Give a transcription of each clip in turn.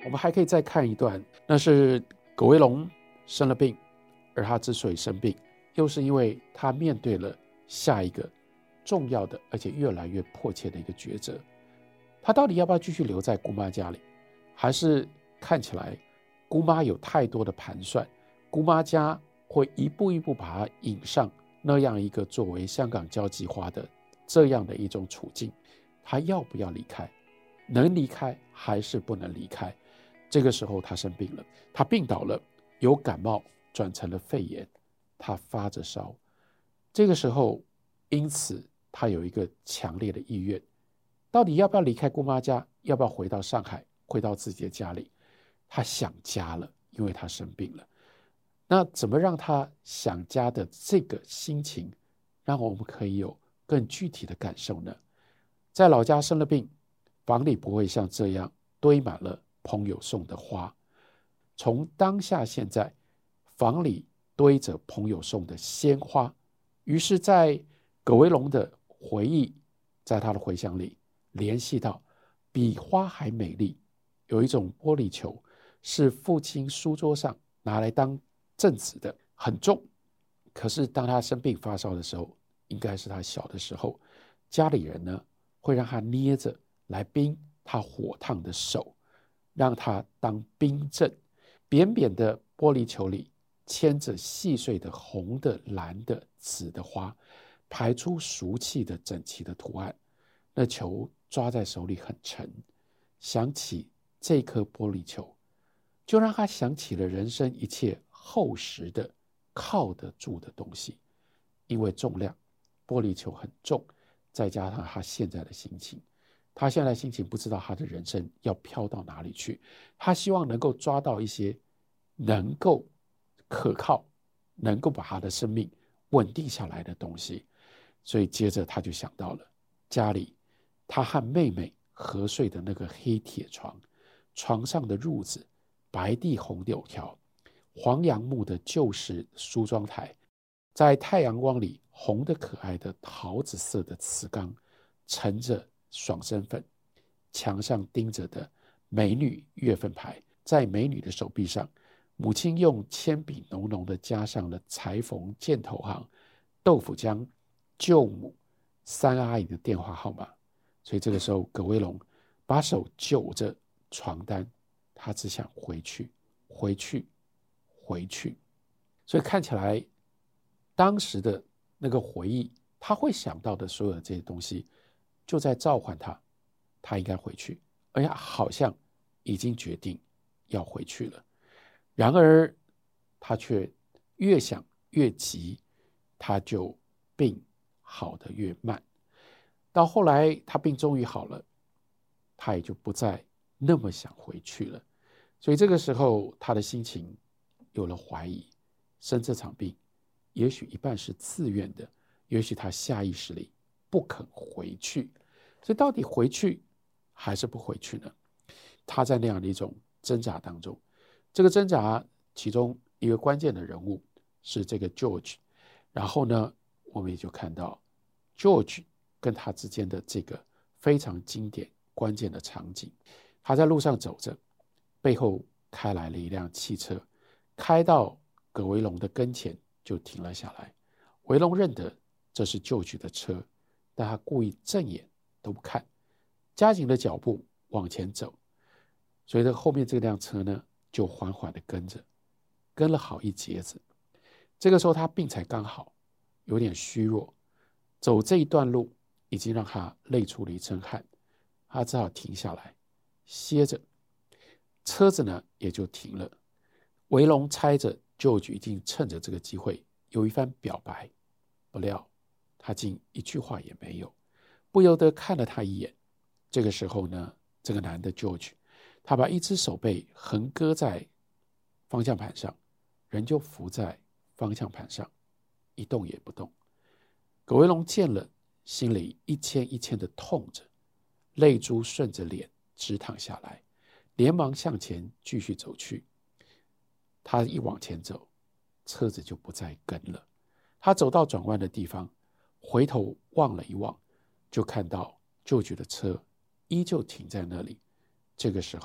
我们还可以再看一段，那是葛维龙生了病，而他之所以生病，又是因为他面对了下一个重要的而且越来越迫切的一个抉择。他到底要不要继续留在姑妈家里，还是看起来姑妈有太多的盘算，姑妈家会一步一步把他引上那样一个作为香港交际花的这样的一种处境，他要不要离开，能离开还是不能离开。这个时候他生病了，他病倒了，由感冒转成了肺炎，他发着烧。这个时候因此他有一个强烈的意愿，到底要不要离开姑妈家，要不要回到上海，回到自己的家里。他想家了，因为他生病了。那怎么让他想家的这个心情让我们可以有更具体的感受呢？在老家生了病，房里不会像这样堆满了朋友送的花，从当下现在房里堆着朋友送的鲜花。于是在葛维龙的回忆，在他的回想里联系到比花还美丽，有一种玻璃球是父亲书桌上拿来当镇子的，很重，可是当他生病发烧的时候，应该是他小的时候，家里人呢会让他捏着来冰他火烫的手，让他当冰镇。扁扁的玻璃球里牵着细碎的红的、蓝的、紫的花，排出俗气的整齐的图案。那球抓在手里很沉，想起这颗玻璃球，就让他想起了人生一切厚实的靠得住的东西。因为重量，玻璃球很重，再加上他现在的心情，他现在的心情不知道他的人生要飘到哪里去，他希望能够抓到一些能够可靠，能够把他的生命稳定下来的东西。所以接着他就想到了家里他和妹妹合睡的那个黑铁床，床上的褥子，白地红柳条，黄杨木的旧式梳妆台，在太阳光里红的可爱的桃子色的瓷缸，盛着爽身粉，墙上钉着的美女月份牌，在美女的手臂上，母亲用铅笔浓浓的加上了裁缝、箭头行、豆腐浆、舅母、三阿姨的电话号码。所以这个时候葛维龙把手揪着床单，他只想回去回去回去。所以看起来当时的那个回忆，他会想到的所有的这些东西就在召唤他应该回去，而且好像已经决定要回去了。然而他却越想越急，他就病好得越慢。到后来他病终于好了，他也就不再那么想回去了。所以这个时候他的心情有了怀疑，生这场病也许一半是自愿的，也许他下意识里不肯回去。所以到底回去还是不回去呢？他在那样的一种挣扎当中，这个挣扎其中一个关键的人物是这个 George。 然后呢我们也就看到 George 跟他之间的这个非常经典关键的场景。他在路上走着，背后开来了一辆汽车，开到葛维龙的跟前就停了下来。维龙认得这是George的车，但他故意正眼都不看，加紧了脚步往前走。所以后面这辆车呢就缓缓地跟着，跟了好一截子。这个时候他病才刚好，有点虚弱，走这一段路已经让他累出了一身汗，他只好停下来歇着。车子呢也就停了。维龙猜着George一定趁着这个机会有一番表白，不料他竟一句话也没有，不由得看了他一眼。这个时候呢，这个男的 George 他把一只手背横搁在方向盘上，人就伏在方向盘上一动也不动。葛维龙见了，心里一千一千的痛着，泪珠顺着脸直淌下来，连忙向前继续走去。他一往前走，车子就不再跟了。他走到转弯的地方，回头望了一望，就看到George的车依旧停在那里。这个时候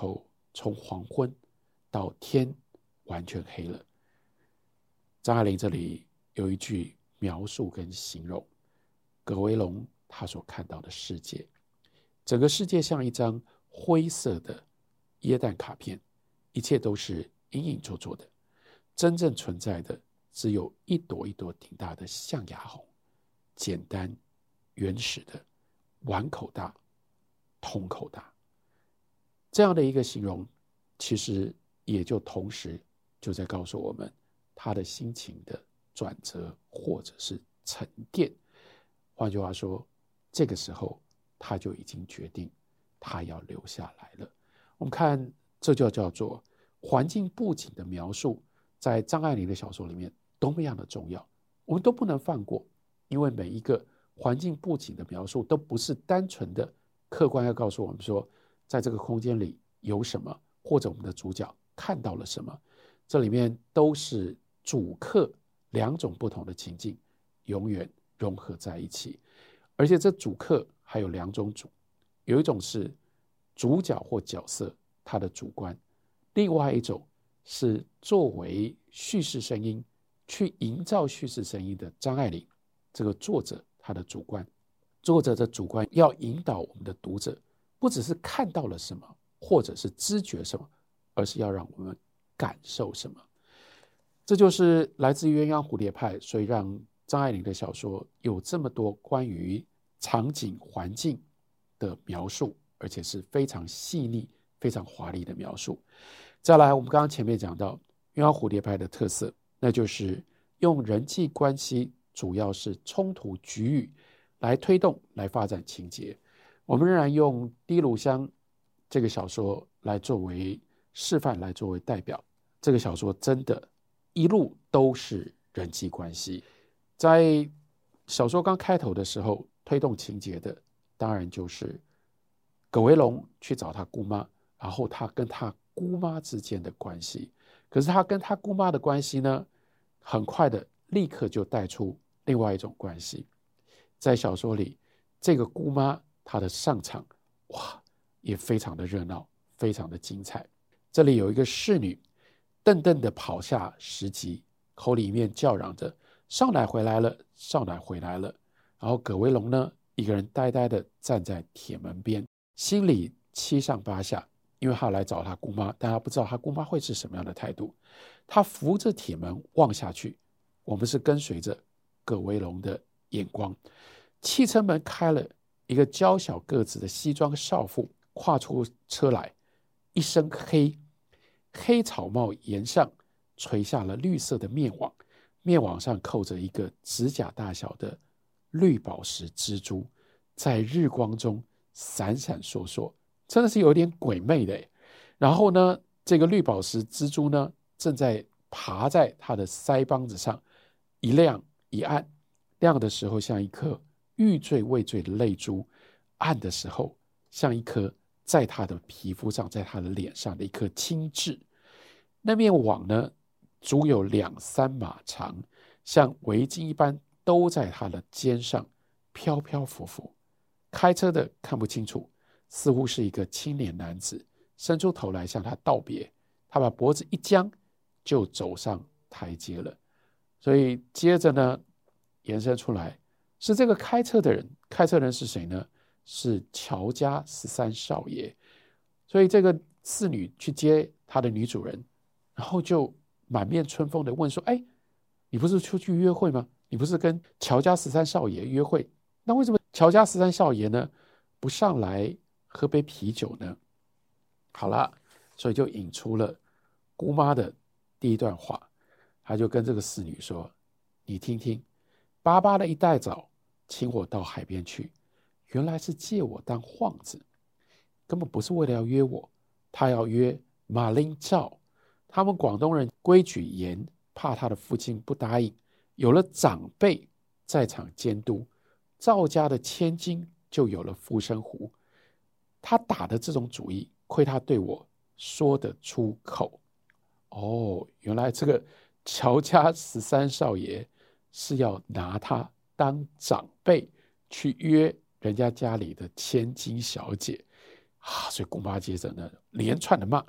从黄昏到天完全黑了。张爱玲这里有一句描述跟形容葛维龙他所看到的世界，整个世界像一张灰色的耶诞卡片，一切都是隐隐绰绰的，真正存在的只有一朵一朵挺大的象牙红，简单原始的，碗口大，桶口大。这样的一个形容，其实也就同时就在告诉我们他的心情的转折或者是沉淀。换句话说，这个时候他就已经决定他要留下来了。我们看，这就叫做环境布景的描述，在张爱玲的小说里面多么样的重要，我们都不能放过。因为每一个环境布景的描述都不是单纯的客观要告诉我们说在这个空间里有什么，或者我们的主角看到了什么，这里面都是主客两种不同的情境永远融合在一起。而且这主客还有两种主，有一种是主角或角色他的主观，另外一种是作为叙事声音去营造叙事声音的张爱玲这个作者他的主观。作者的主观要引导我们的读者，不只是看到了什么或者是知觉什么，而是要让我们感受什么。这就是来自于鸳鸯蝴蝶派，所以让张爱玲的小说有这么多关于场景环境的描述，而且是非常细腻非常华丽的描述。再来，我们刚刚前面讲到鸳鸯蝴蝶派的特色，那就是用人际关系，主要是冲突局域来推动来发展情节。我们仍然用滴炉香这个小说来作为示范，来作为代表。这个小说真的一路都是人际关系。在小说刚开头的时候，推动情节的当然就是葛维龙去找他姑妈，然后他跟他姑妈之间的关系。可是他跟他姑妈的关系呢，很快的立刻就带出另外一种关系。在小说里，这个姑妈她的上场，哇，也非常的热闹，非常的精彩。这里有一个侍女瞪瞪的跑下10级，口里面叫嚷着少奶回来了，少奶回来了。然后葛维龙呢，一个人呆呆的站在铁门边，心里七上八下，因为他来找他姑妈，但他不知道他姑妈会是什么样的态度。他扶着铁门望下去，我们是跟随着葛维龙的眼光。汽车门开了，一个娇小个子的西装少妇跨出车来，一身黑草帽檐上垂下了绿色的面网，面网上扣着一个指甲大小的绿宝石蜘蛛，在日光中闪闪烁烁，真的是有点鬼魅的。然后呢，这个绿宝石蜘蛛呢，正在爬在他的腮帮子上，一亮一暗，亮的时候像一颗欲坠未坠的泪珠，暗的时候像一颗在他的皮肤上，在他的脸上的一颗青痣。那面网呢，足有2-3码长，像围巾一般都在他的肩上飘飘浮浮。开车的看不清楚，似乎是一个青年男子，伸出头来向他道别。他把脖子一僵，就走上台阶了。所以接着呢，延伸出来是这个开车的人。开车人是谁呢？是乔家13少爷。所以这个侍女去接他的女主人，然后就满面春风的问说，你不是出去约会吗？你不是跟乔家13少爷约会，那为什么乔家13少爷呢不上来喝杯啤酒呢？好了，所以就引出了姑妈的第一段话。他就跟这个侍女说，你听听，爸爸的一大早请我到海边去，原来是借我当幌子，根本不是为了要约我，他要约马林赵。他们广东人规矩严，怕他的父亲不答应，有了长辈在场监督，赵家的千金就有了护身符。他打的这种主意，亏他对我说得出口。原来这个乔家13少爷是要拿他当长辈去约人家家里的千金小姐所以姑妈接着呢连串的骂，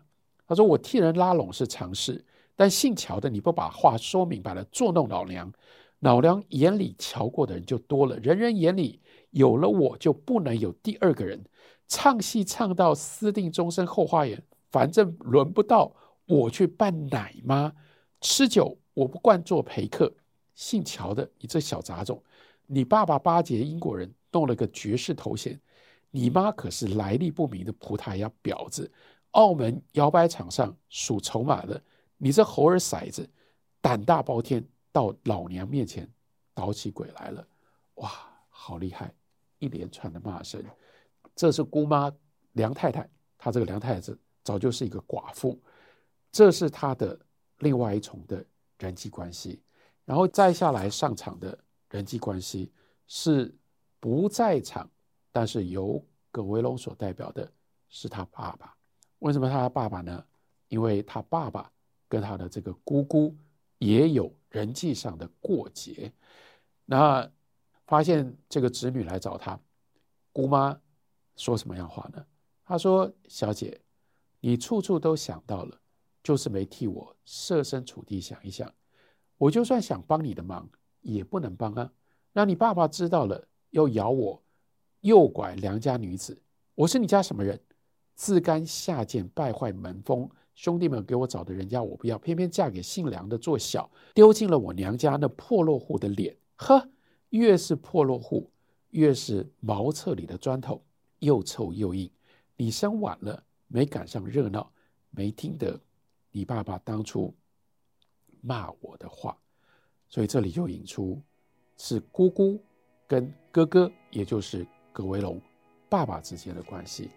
他说我替人拉拢是常事，但姓乔的你不把话说明白了，捉弄老娘，老娘眼里瞧过的人就多了，人人眼里有了我就不能有第二个人，唱戏唱到私定终身后花园，反正轮不到我去扮奶妈，吃酒我不惯做陪客。姓乔的，你这小杂种，你爸爸巴结英国人弄了个爵士头衔，你妈可是来历不明的葡萄牙婊子，澳门摇摆场上数筹码的，你这猴儿崽子，胆大包天，到老娘面前捣起鬼来了。哇，好厉害，一连串的骂声。这是姑妈梁太太，她这个梁太太早就是一个寡妇，这是她的另外一重的人际关系。然后再下来上场的人际关系是不在场，但是由葛维龙所代表的是他爸爸。为什么他爸爸呢？因为他爸爸跟他的这个姑姑也有人际上的过节。那发现这个侄女来找他，姑妈说什么样话呢？她说：小姐，你处处都想到了，就是没替我设身处地想一想，我就算想帮你的忙也不能帮啊，让你爸爸知道了又咬我诱拐良家女子，我是你家什么人？自甘下贱败坏门风，兄弟们给我找的人家我不要，偏偏嫁给姓梁的做小，丢进了我娘家那破落户的脸。呵，越是破落户越是茅厕里的砖头，又臭又硬。你生晚了，没赶上热闹，没听得你爸爸当初骂我的话。所以这里就引出是姑姑跟哥哥，也就是葛维龙爸爸之间的关系。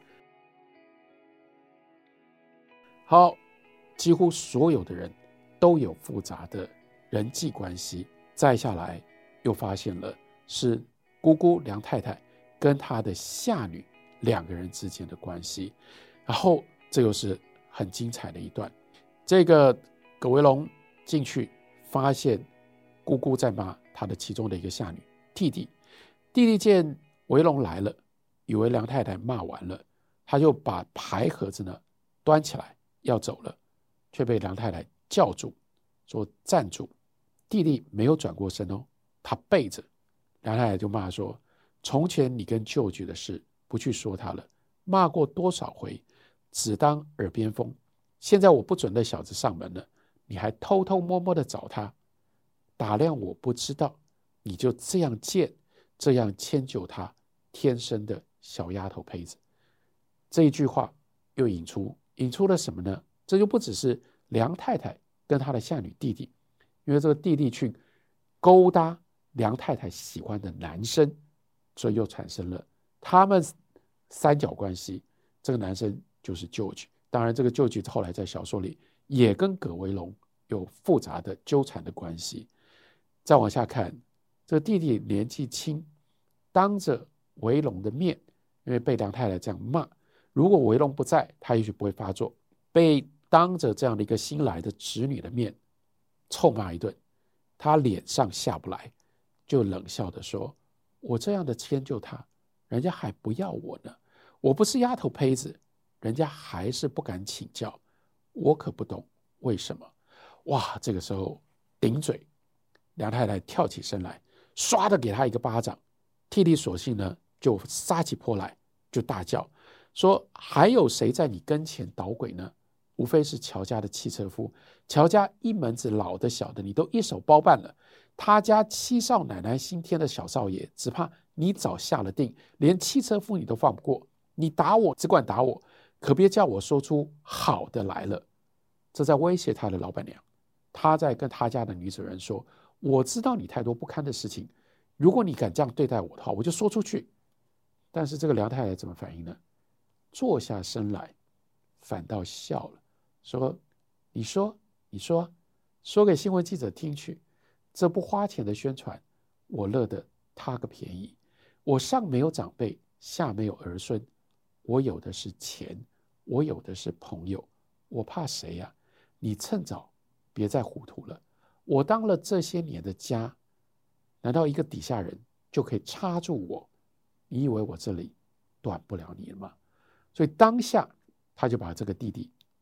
好，几乎所有的人都有复杂的人际关系。再下来又发现了是姑姑梁太太跟她的下女两个人之间的关系。然后这又是很精彩的一段，这个葛维龙进去发现姑姑在骂他的其中的一个下女弟弟，弟弟见维龙来了，以为梁太太骂完了，他就把牌盒子呢端起来要走了，却被梁太太叫住，说站住。弟弟没有转过身哦，他背着。梁太太就骂说：从前你跟舅舅的事不去说他了，骂过多少回，只当耳边风。现在我不准那小子上门了，你还偷偷摸摸的找他，打量我不知道，你就这样贱，这样迁就他天生的小丫头胚子。这一句话又引出了什么呢？这就不只是梁太太跟她的下女弟弟，因为这个弟弟去勾搭梁太太喜欢的男生，所以又产生了他们三角关系。这个男生就是 George， 当然这个 George 后来在小说里也跟葛维龙有复杂的纠缠的关系。再往下看，这个弟弟年纪轻，当着维龙的面，因为被梁太太这样骂，如果维龙不在，他也许不会发作，被当着这样的一个新来的侄女的面臭骂一顿，他脸上下不来，就冷笑的说：我这样的迁就他，人家还不要我呢，我不是丫头胚子，人家还是不敢请教，我可不懂为什么。哇，这个时候顶嘴，梁太太跳起身来，唰的给他一个巴掌。弟弟索性呢就撒起泼来，就大叫说：还有谁在你跟前捣鬼呢？无非是乔家的汽车夫，乔家一门子老的小的你都一手包办了，他家七少奶奶新添的小少爷，只怕你早下了定，连汽车夫你都放不过，你打我只管打我，可别叫我说出好的来了。这在威胁他的老板娘，他在跟他家的女主人说：我知道你太多不堪的事情，如果你敢这样对待我的话，我就说出去。但是这个梁太太怎么反应呢？坐下身来反倒笑了，说：你说说给新闻记者听去，这不花钱的宣传，我乐得他个便宜。我上没有长辈，下没有儿孙，我有的是钱，我有的是朋友，我怕谁呀？你趁早别再糊涂了，我当了这些年的家，难道一个底下人就可以插住我？你以为我这里短不了你了吗？所以当下他就把这个弟弟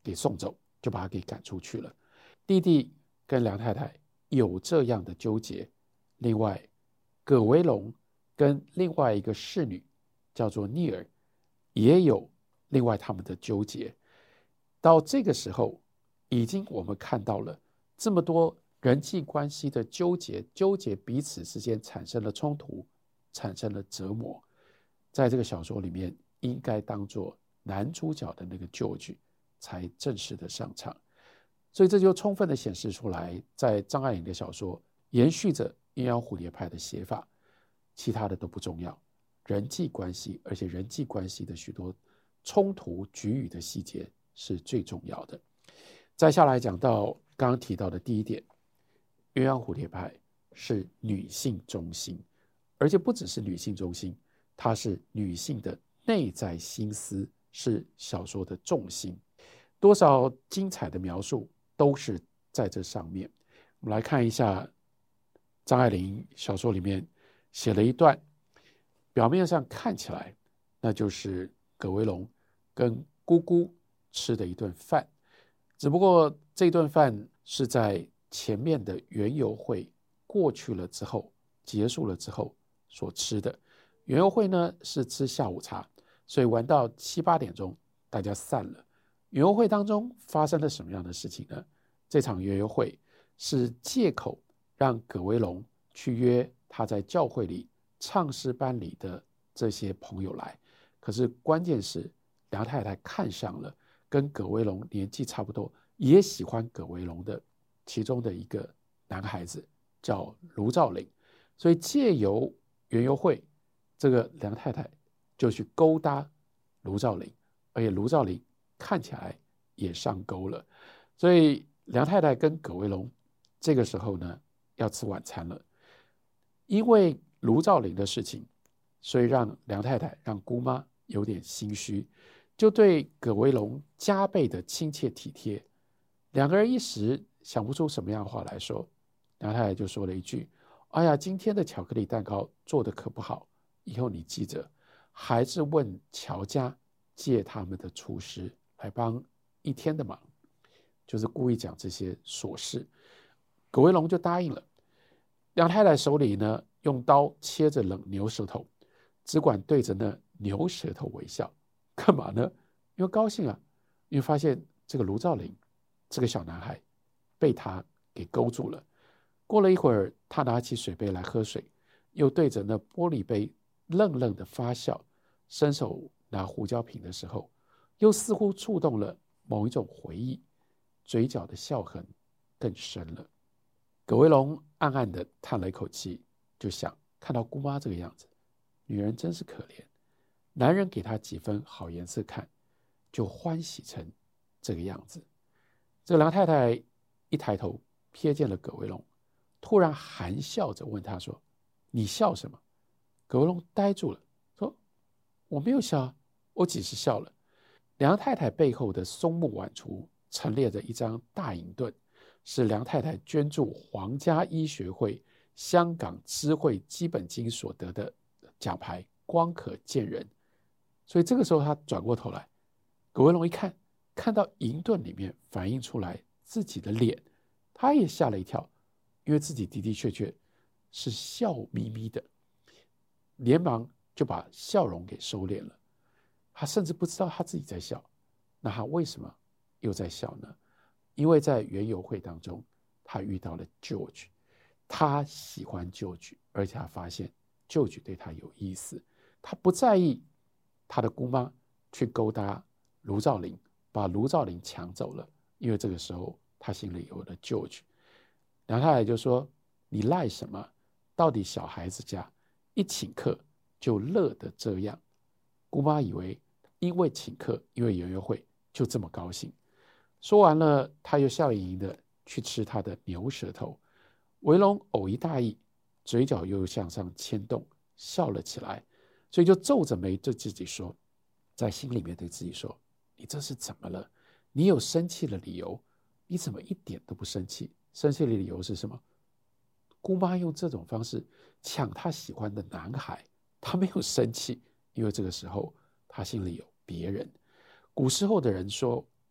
给送走，就把他给赶出去了。弟弟跟梁太太有这样的纠结，另外葛维龙跟另外一个侍女叫做聂儿也有另外他们的纠结。到这个时候，已经我们看到了这么多人际关系的纠结彼此之间产生了冲突，产生了折磨。在这个小说里面，应该当作男主角的那个George才正式的上场。所以这就充分的显示出来，在张爱玲的小说延续着鸳鸯蝴蝶派的写法，其他的都不重要，人际关系，而且人际关系的许多冲突局域的细节是最重要的。再下来讲到刚刚提到的第一点，鸳鸯蝴蝶派是女性中心，而且不只是女性中心，它是女性的内在心思，是小说的重心。多少精彩的描述都是在这上面。我们来看一下张爱玲小说里面写了一段，表面上看起来那就是葛维龙跟姑姑吃的一顿饭，只不过这顿饭是在前面的园游会过去了之后，结束了之后所吃的。园游会呢是吃下午茶，所以玩到7、8点钟大家散了。园游会当中发生了什么样的事情呢？这场园游会是借口让葛维龙去约他在教会里唱诗班里的这些朋友来，可是关键是梁太太看上了跟葛维龙年纪差不多，也喜欢葛维龙的其中的一个男孩子，叫卢照邻。所以借由园游会，这个梁太太就去勾搭卢照邻，而且卢照邻看起来也上钩了。所以梁太太跟葛维龙这个时候呢要吃晚餐了。因为卢照邻的事情，所以让梁太太让姑妈有点心虚，就对葛维龙加倍的亲切体贴。两个人一时想不出什么样的话来说，梁太太就说了一句：哎呀，今天的巧克力蛋糕做得可不好，以后你记着还是问乔家借他们的厨师来帮1天的忙，就是故意讲这些琐事。葛维龙就答应了。梁太太手里呢用刀切着冷牛舌头，只管对着那牛舌头微笑。干嘛呢？因为高兴啊，因为发现这个卢照邻这个小男孩被他给勾住了。过了一会儿，他拿起水杯来喝水，又对着那玻璃杯愣愣的发笑，伸手拿胡椒瓶的时候，又似乎触动了某一种回忆，嘴角的笑痕更深了。葛维龙暗暗地叹了一口气，就想看到姑妈这个样子，女人真是可怜，男人给她几分好颜色看，就欢喜成这个样子。这个梁太太一抬头瞥见了葛维龙，突然含笑着问他说：你笑什么？葛维龙呆住了，说：我没有笑啊，我几时笑了？梁太太背后的松木碗橱陈列着一张大银盾，是梁太太捐助皇家医学会香港知会基本经所得的奖牌，光可见人。所以这个时候他转过头来，葛维龙一看，看到银盾里面反映出来自己的脸，他也吓了一跳，因为自己的的确确是笑眯眯的，连忙就把笑容给收敛了。他甚至不知道他自己在笑，那他为什么又在笑呢？因为在园游会当中，他遇到了 George， 他喜欢 George， 而且他发现 George 对他有意思，他不在意他的姑妈去勾搭卢照邻，把卢照邻抢走了，因为这个时候他心里有了 George。 梁太太就说：你赖什么？到底小孩子家一请客就乐得这样？姑妈以为因为请客，因为园游会就这么高兴。说完了，他又笑盈盈的去吃他的牛舌头。维龙偶一大意，嘴角又向上牵动，笑了起来，所以就皱着眉对自己说，在心里面对自己说：你这是怎么了？你有生气的理由，你怎么一点都不生气？生气的理由是什么？姑妈用这种方式抢他喜欢的男孩，他没有生气，因为这个时候他心里有别人。古时候的人说，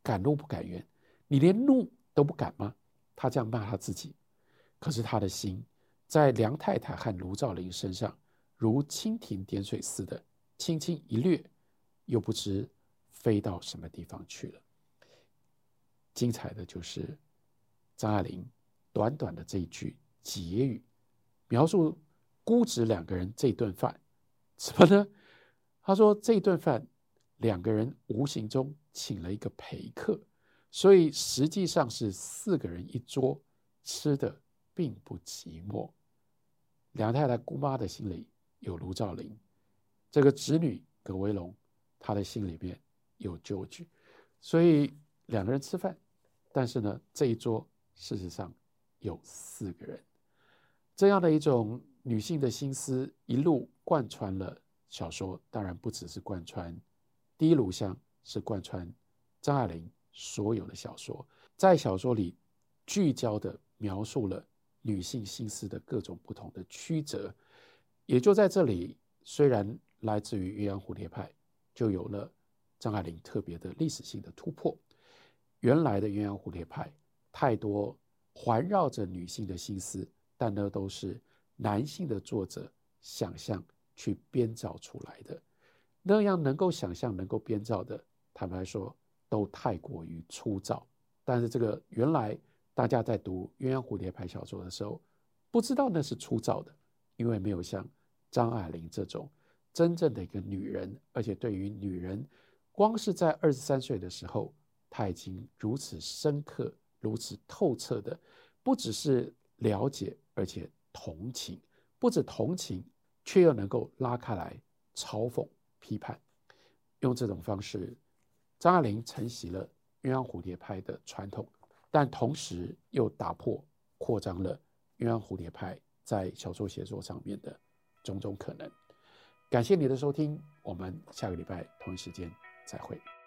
敢怒不敢言，你连怒都不敢吗？他这样骂他自己。可是他的心在梁太太和卢照邻身上如蜻蜓点水似的轻轻一掠，又不知飞到什么地方去了。精彩的就是张爱玲短短的这一句结语，描述姑侄两个人这顿饭。什么呢？他说这顿饭两个人无形中请了一个陪客，所以实际上是4个人一桌，吃的并不寂寞。梁太太姑妈的心里有卢照邻，这个侄女葛薇龙她的心里面有纠举，所以两个人吃饭，但是呢这一桌事实上有4个人。这样的一种女性的心思一路贯穿了小说，当然不只是贯穿《第一炉香》，是贯穿张爱玲所有的小说。在小说里聚焦的描述了女性心思的各种不同的曲折，也就在这里，虽然来自于鸳鸯蝴蝶派，就有了张爱玲特别的历史性的突破。原来的鸳鸯蝴蝶派太多环绕着女性的心思，但那都是男性的作者想象去编造出来的，那样能够想象能够编造的，坦白说都太过于粗糙。但是这个原来大家在读鸳鸯蝴蝶派小说的时候，不知道那是粗糙的，因为没有像张爱玲这种真正的一个女人，而且对于女人光是在23岁的时候，她已经如此深刻如此透彻的，不只是了解，而且同情，不止同情，却又能够拉开来嘲讽批判。用这种方式，张爱玲承袭了鸳鸯蝴蝶派的传统，但同时又打破扩张了鸳鸯蝴蝶派在小说写作上面的种种可能。感谢你的收听，我们下个礼拜同一时间再会。